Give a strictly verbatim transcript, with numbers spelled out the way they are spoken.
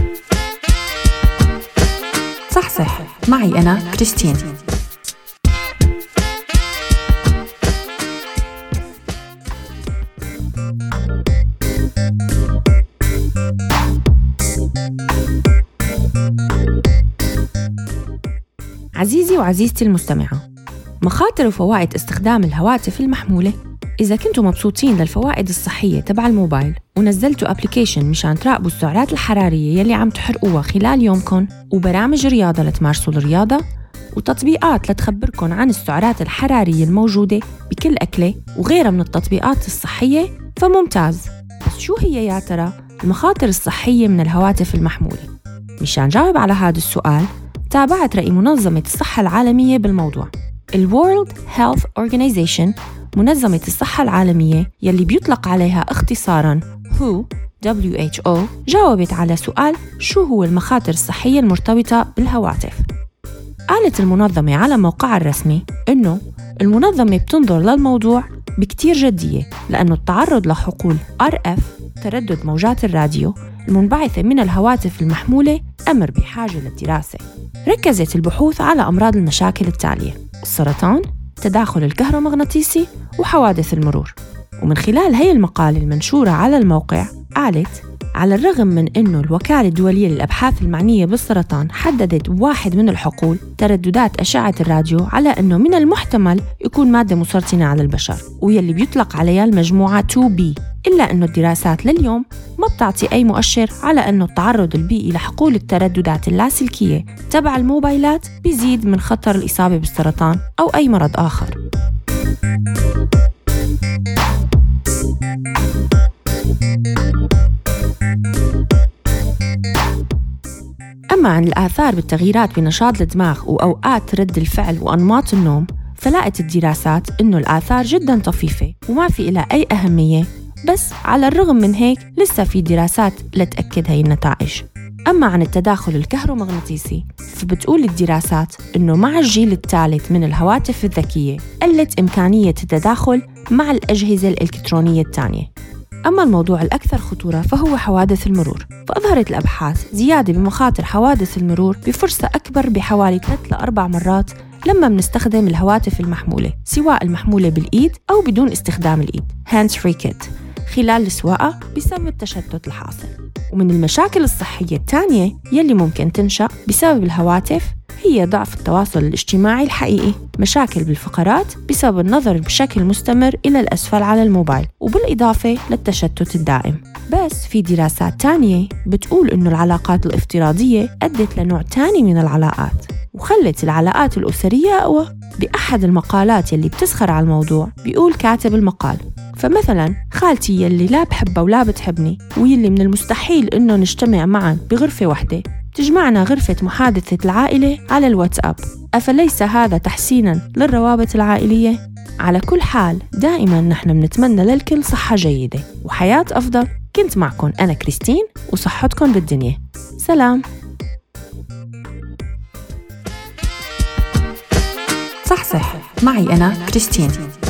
صح صح معي أنا كريستين. عزيزي وعزيزتي المستمعة، مخاطر وفوائد استخدام الهواتف المحمولة. إذا كنتوا مبسوطين للفوائد الصحية تبع الموبايل ونزلتوا أبليكيشن مشان تراقبوا السعرات الحرارية يلي عم تحرقوها خلال يومكن، وبرامج رياضة لتمارسوا الرياضة، وتطبيقات لتخبركن عن السعرات الحرارية الموجودة بكل أكلة وغيرها من التطبيقات الصحية، فممتاز. بس شو هي يا ترى المخاطر الصحية من الهواتف المحمولة؟ مشان جاوب على هذا السؤال تابعت رأي منظمة الصحة العالمية بالموضوع. ال World Health Organization، منظمة الصحة العالمية يلي بيطلق عليها اختصاراً W H O، جاوبت على سؤال شو هو المخاطر الصحية المرتبطة بالهواتف. قالت المنظمة على موقعها الرسمي إنه المنظمة بتنظر للموضوع بكتير جدية، لأنه التعرض لحقول آر إف تردد موجات الراديو المنبعثة من الهواتف المحمولة أمر بحاجة للدراسة. ركزت البحوث على أمراض المشاكل التالية: السرطان، التداخل الكهرومغناطيسي، وحوادث المرور. ومن خلال هي المقالة المنشورة على الموقع قالت على الرغم من أنه الوكالة الدولية للأبحاث المعنية بالسرطان حددت واحد من الحقول ترددات أشعة الراديو على أنه من المحتمل يكون مادة مسرطنة على البشر، ويلي بيطلق عليها المجموعة تو بي، إلا أنه الدراسات لليوم ما بتعطي أي مؤشر على أنه التعرض البيئي لحقول الترددات اللاسلكية تبع الموبايلات بيزيد من خطر الإصابة بالسرطان أو أي مرض آخر. أما عن الآثار بالتغييرات بنشاط الدماغ وأوقات رد الفعل وأنماط النوم، فلقت الدراسات إنه الآثار جداً طفيفة وما في إلها أي أهمية، بس على الرغم من هيك لسه في دراسات لتأكد هاي النتائج. أما عن التداخل الكهرومغناطيسي، فبتقول الدراسات إنه مع الجيل الثالث من الهواتف الذكية قلت إمكانية التداخل مع الأجهزة الإلكترونية الثانية. أما الموضوع الأكثر خطورة فهو حوادث المرور، فأظهرت الأبحاث زيادة بمخاطر حوادث المرور بفرصة أكبر بحوالي ثلاث لأربع مرات لما بنستخدم الهواتف المحمولة، سواء المحمولة بالإيد أو بدون استخدام الإيد hands free kit خلال السواقة بسبب التشتت الحاصل. ومن المشاكل الصحية الثانية يلي ممكن تنشأ بسبب الهواتف هي ضعف التواصل الاجتماعي الحقيقي، مشاكل بالفقرات بسبب النظر بشكل مستمر إلى الأسفل على الموبايل، وبالإضافة للتشتت الدائم. بس في دراسات تانية بتقول إنه العلاقات الافتراضية أدت لنوع تاني من العلاقات وخلت العلاقات الأسرية أقوى. بأحد المقالات يلي بتسخر على الموضوع بيقول كاتب المقال: فمثلا خالتي يلي لا بحبها ولا بتحبني ويلي من المستحيل إنه نجتمع معا بغرفة واحدة، تجمعنا غرفة محادثة العائلة على الواتساب، أفليس هذا تحسيناً للروابط العائلية؟ على كل حال دائماً نحن بنتمنى للكل صحة جيدة وحياة أفضل. كنت معكم أنا كريستين، وصحتكم بالدنيا. سلام. صح صح معي أنا كريستين.